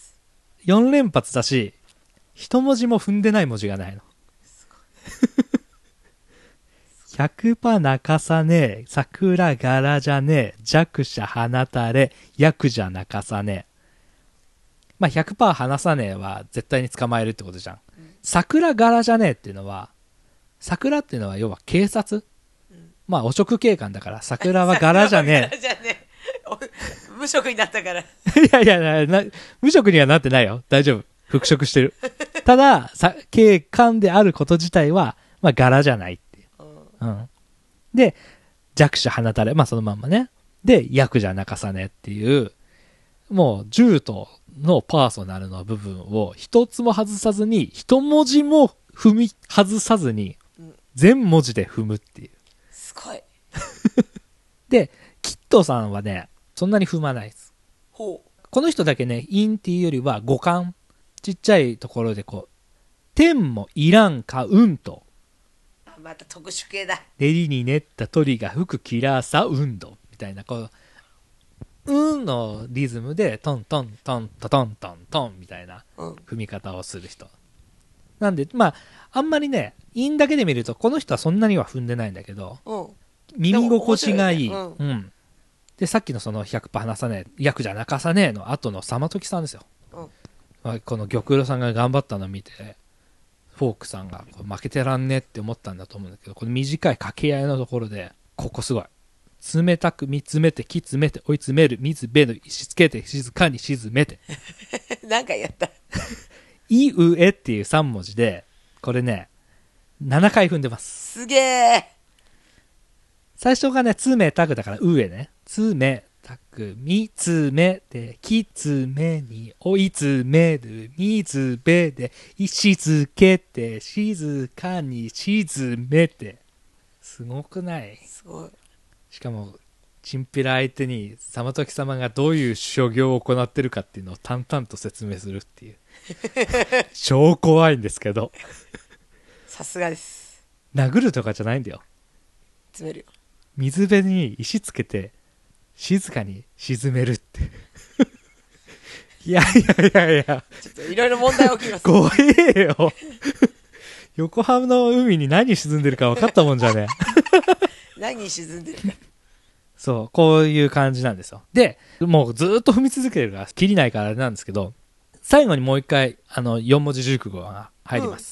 [SPEAKER 2] 4連発だし、一文字も踏んでない文字がないの。100% 泣かさねえ、桜柄じゃねえ、弱者放たれ、役者泣かさねえ。まあ 100% 離さねえは絶対に捕まえるってことじゃん。桜柄じゃねえっていうのは、桜っていうのは要は警察、まあ汚職警官だから桜は柄じゃねえ。
[SPEAKER 1] 無職になったから。い
[SPEAKER 2] や無職にはなってないよ。大丈夫。復職してる。ただ警官であること自体はまあ柄じゃないっていう。で弱者放たれ、まあそのまんまね。で役者泣かさねっていう、もうジュートのパーソナルの部分を一つも外さずに、一文字も踏み外さずに、全文字で踏むっていう。
[SPEAKER 1] すごい。
[SPEAKER 2] で、キットさんはね、そんなに踏まないです。この人だけね、インっていうよりは語感。ちっちゃいところでこう、天もいらんかうんと。
[SPEAKER 1] また特殊系だ。
[SPEAKER 2] 練りに練った鳥が吹くキラーサウンド。みたいな、こう、のリズムでトントントントトントントンみたいな踏み方をする人、なんでまああんまりね、韻だけで見るとこの人はそんなには踏んでないんだけど、耳心地がいい、でさっきのその 100% 離さねえ、役じゃ泣かさねえの後のサマトキさんですよ、この玉露さんが頑張ったのを見てフォークさんが負けてらんねって思ったんだと思うんだけど、この短い掛け合いのところでここすごい、冷たく見つめて、きつめて、追い詰める、水辺の石つけて、静かに沈めて。
[SPEAKER 1] なんかやった。
[SPEAKER 2] いうえっていう3文字で、これね、7回踏んでます。
[SPEAKER 1] すげえ。
[SPEAKER 2] 最初がね、つめたくだから、うえね。つめたく、みつめて、きつめに、追い詰める、水辺で、石つけて、静かに沈めて。すごくない？
[SPEAKER 1] すごい。
[SPEAKER 2] しかもチンピラ相手にサマトキ様がどういう所業を行ってるかっていうのを淡々と説明するっていう超怖いんですけど、
[SPEAKER 1] さすがです。
[SPEAKER 2] 殴るとかじゃないんだよ。
[SPEAKER 1] 詰めるよ。
[SPEAKER 2] 水辺に石つけて静かに沈めるっていやちょ
[SPEAKER 1] っといろいろ問題起きます。
[SPEAKER 2] 怖えよ横浜の海に何沈んでるか分かったもんじゃね
[SPEAKER 1] 何に沈んでるか。
[SPEAKER 2] そう、こういう感じなんですよ。で、もうずっと踏み続けてるから、切りないからあれなんですけど、最後にもう一回、4文字熟語が入ります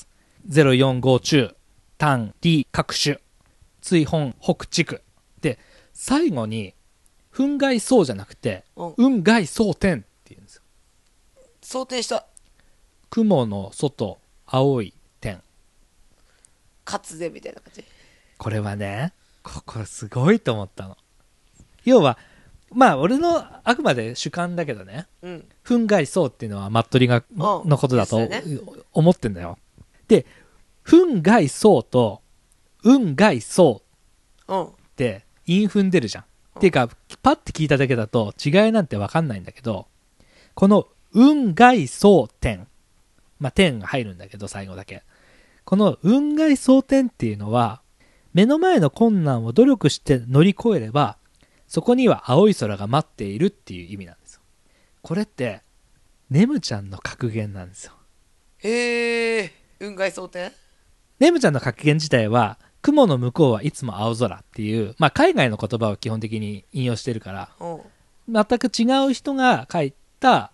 [SPEAKER 2] 。045中、単、理、各種、追本、北地区。で、最後に、憤慨そうじゃなくて、雲外蒼天って言うんですよ。
[SPEAKER 1] 蒼天した。
[SPEAKER 2] 雲の外、青い天。
[SPEAKER 1] 勝つぜみたいな感じ。
[SPEAKER 2] これはね、これすごいと思ったの。要はまあ俺のあくまで主観だけどね、憤慨そうっていうのはマットリがのことだと思ってんだよ。で、憤慨そうと雲外そうって韻踏んでるじゃん。っていうかパッて聞いただけだと違いなんて分かんないんだけど、この雲外そう天、まあ天が入るんだけど最後だけ、 この雲外蒼天っていうのは、目の前の困難を努力して乗り越えれば、そこには青い空が待っているっていう意味なんですよ。これって、ネムちゃんの格言なんですよ。
[SPEAKER 1] へえ、雲外蒼天？
[SPEAKER 2] ネムちゃんの格言自体は、雲の向こうはいつも青空っていう、まあ海外の言葉を基本的に引用してるから、全く違う人が書いた、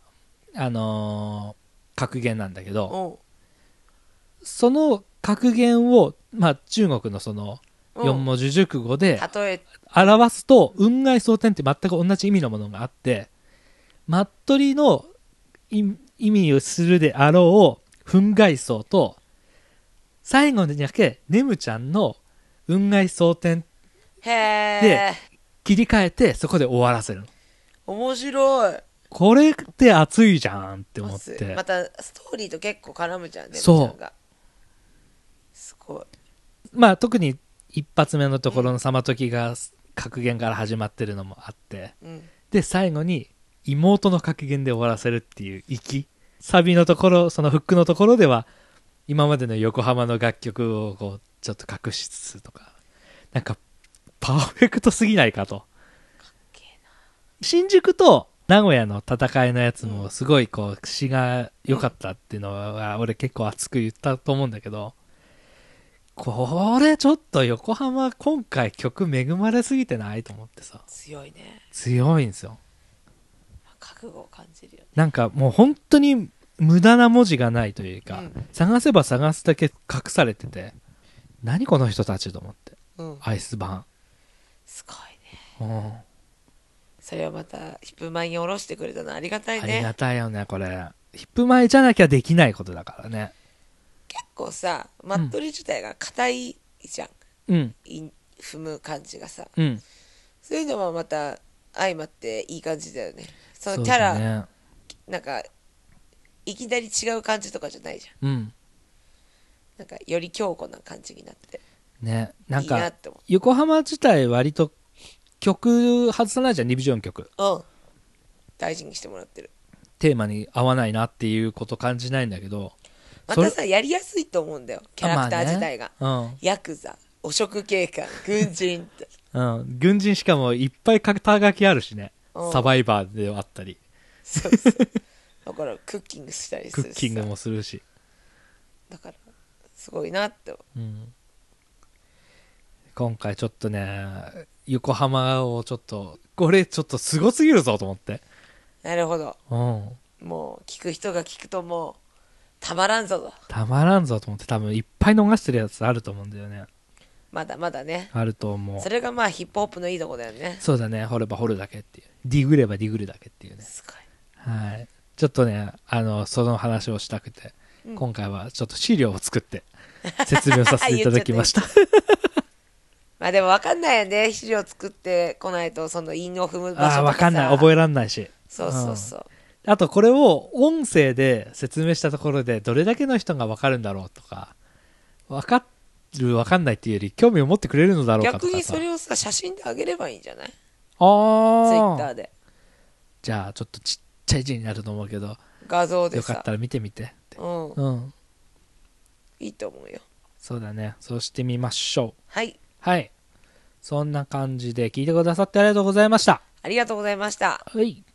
[SPEAKER 2] 格言なんだけど、その格言を、まあ中国のその4文字熟語で表すと、雲外蒼天って全く同じ意味のものがあって、マットリの意味をするであろう雲外蒼と、最後にだけネムちゃんの雲外蒼天で切り替えてそこで終わらせるの。
[SPEAKER 1] 面白い。
[SPEAKER 2] これって熱いじゃんって思って。
[SPEAKER 1] またストーリーと結構絡むじゃんね。
[SPEAKER 2] そう。
[SPEAKER 1] すごい。
[SPEAKER 2] まあ特に一発目のところのサマトキが格言から始まってるのもあって、で最後に妹の格言で終わらせるっていう粋。サビのところ、そのフックのところでは今までの横浜の楽曲をこうちょっと隠しつつとか、なんかパーフェクトすぎないかと。かっけえな。新宿と名古屋の戦いのやつもすごいこう詩が良かったっていうのは俺結構熱く言ったと思うんだけど、これちょっと横浜今回曲恵まれすぎてないと思ってさ。
[SPEAKER 1] 強いね。
[SPEAKER 2] 強いんですよ。
[SPEAKER 1] 覚悟を感じるよね。
[SPEAKER 2] なんかもう本当に無駄な文字がないというか、探せば探すだけ隠されてて、何この人たちと思って、アイスバーン
[SPEAKER 1] すごいね。それをまたヒップマイに下ろしてくれたのありがたいね。
[SPEAKER 2] ありがたいよねこれ。ヒップマイじゃなきゃできないことだからね。
[SPEAKER 1] 結構さ、マットリ自体が硬いじゃん、踏む感じがさ、そういうのもまた相まっていい感じだよね。そのキャラ、ね、なんかいきなり違う感じとかじゃないじゃん、なんかより強固な感じになって
[SPEAKER 2] ね。なんか横浜自体割と曲外さないじゃん。ディビジョン曲、
[SPEAKER 1] 大事にしてもらってる。
[SPEAKER 2] テーマに合わないなっていうこと感じないんだけど、
[SPEAKER 1] またさやりやすいと思うんだよ、キャラクター自体が、ヤクザ、汚職警官、軍人って、
[SPEAKER 2] 軍人しかもいっぱい肩書きあるしね、サバイバーであったり、
[SPEAKER 1] そうそうだからクッキングしたりするし、
[SPEAKER 2] クッキングもするし、
[SPEAKER 1] だからすごいなって、
[SPEAKER 2] 今回ちょっとね横浜をちょっとこれちょっとすごすぎるぞと思って。
[SPEAKER 1] なるほど、もう聞く人が聞くともうたまらんぞと。
[SPEAKER 2] たまらんぞと思って、多分いっぱい逃してるやつあると思うんだよね。
[SPEAKER 1] まだまだね。
[SPEAKER 2] あると思う。
[SPEAKER 1] それがまあヒップホップのいいとこだよね。
[SPEAKER 2] そうだね。掘れば掘るだけっていう。ディグればディグるだけっていうね。
[SPEAKER 1] すご
[SPEAKER 2] い。はい。ちょっとね、その話をしたくて、今回はちょっと資料を作って説明させていただきました。
[SPEAKER 1] まあでも分かんないよね。資料作ってこないと、その韻を踏む場所とかさ。
[SPEAKER 2] 分かんない。覚えらんないし。
[SPEAKER 1] そうそうそう。
[SPEAKER 2] あとこれを音声で説明したところでどれだけの人が分かるんだろうとか、分かる分かんないっていうより興味を持ってくれるのだろうかとかさ。
[SPEAKER 1] 逆にそれをさ写真であげればいいんじゃない？ツイ
[SPEAKER 2] ッ
[SPEAKER 1] ターで。
[SPEAKER 2] じゃあちょっとちっちゃい字になると思うけど、
[SPEAKER 1] 画像で
[SPEAKER 2] さよかったら見てみてって。
[SPEAKER 1] いいと思うよ。
[SPEAKER 2] そうだね。そうしてみましょう。
[SPEAKER 1] はい
[SPEAKER 2] はい。そんな感じで聞いてくださってありがとうございました。
[SPEAKER 1] ありがとうございました。
[SPEAKER 2] はい。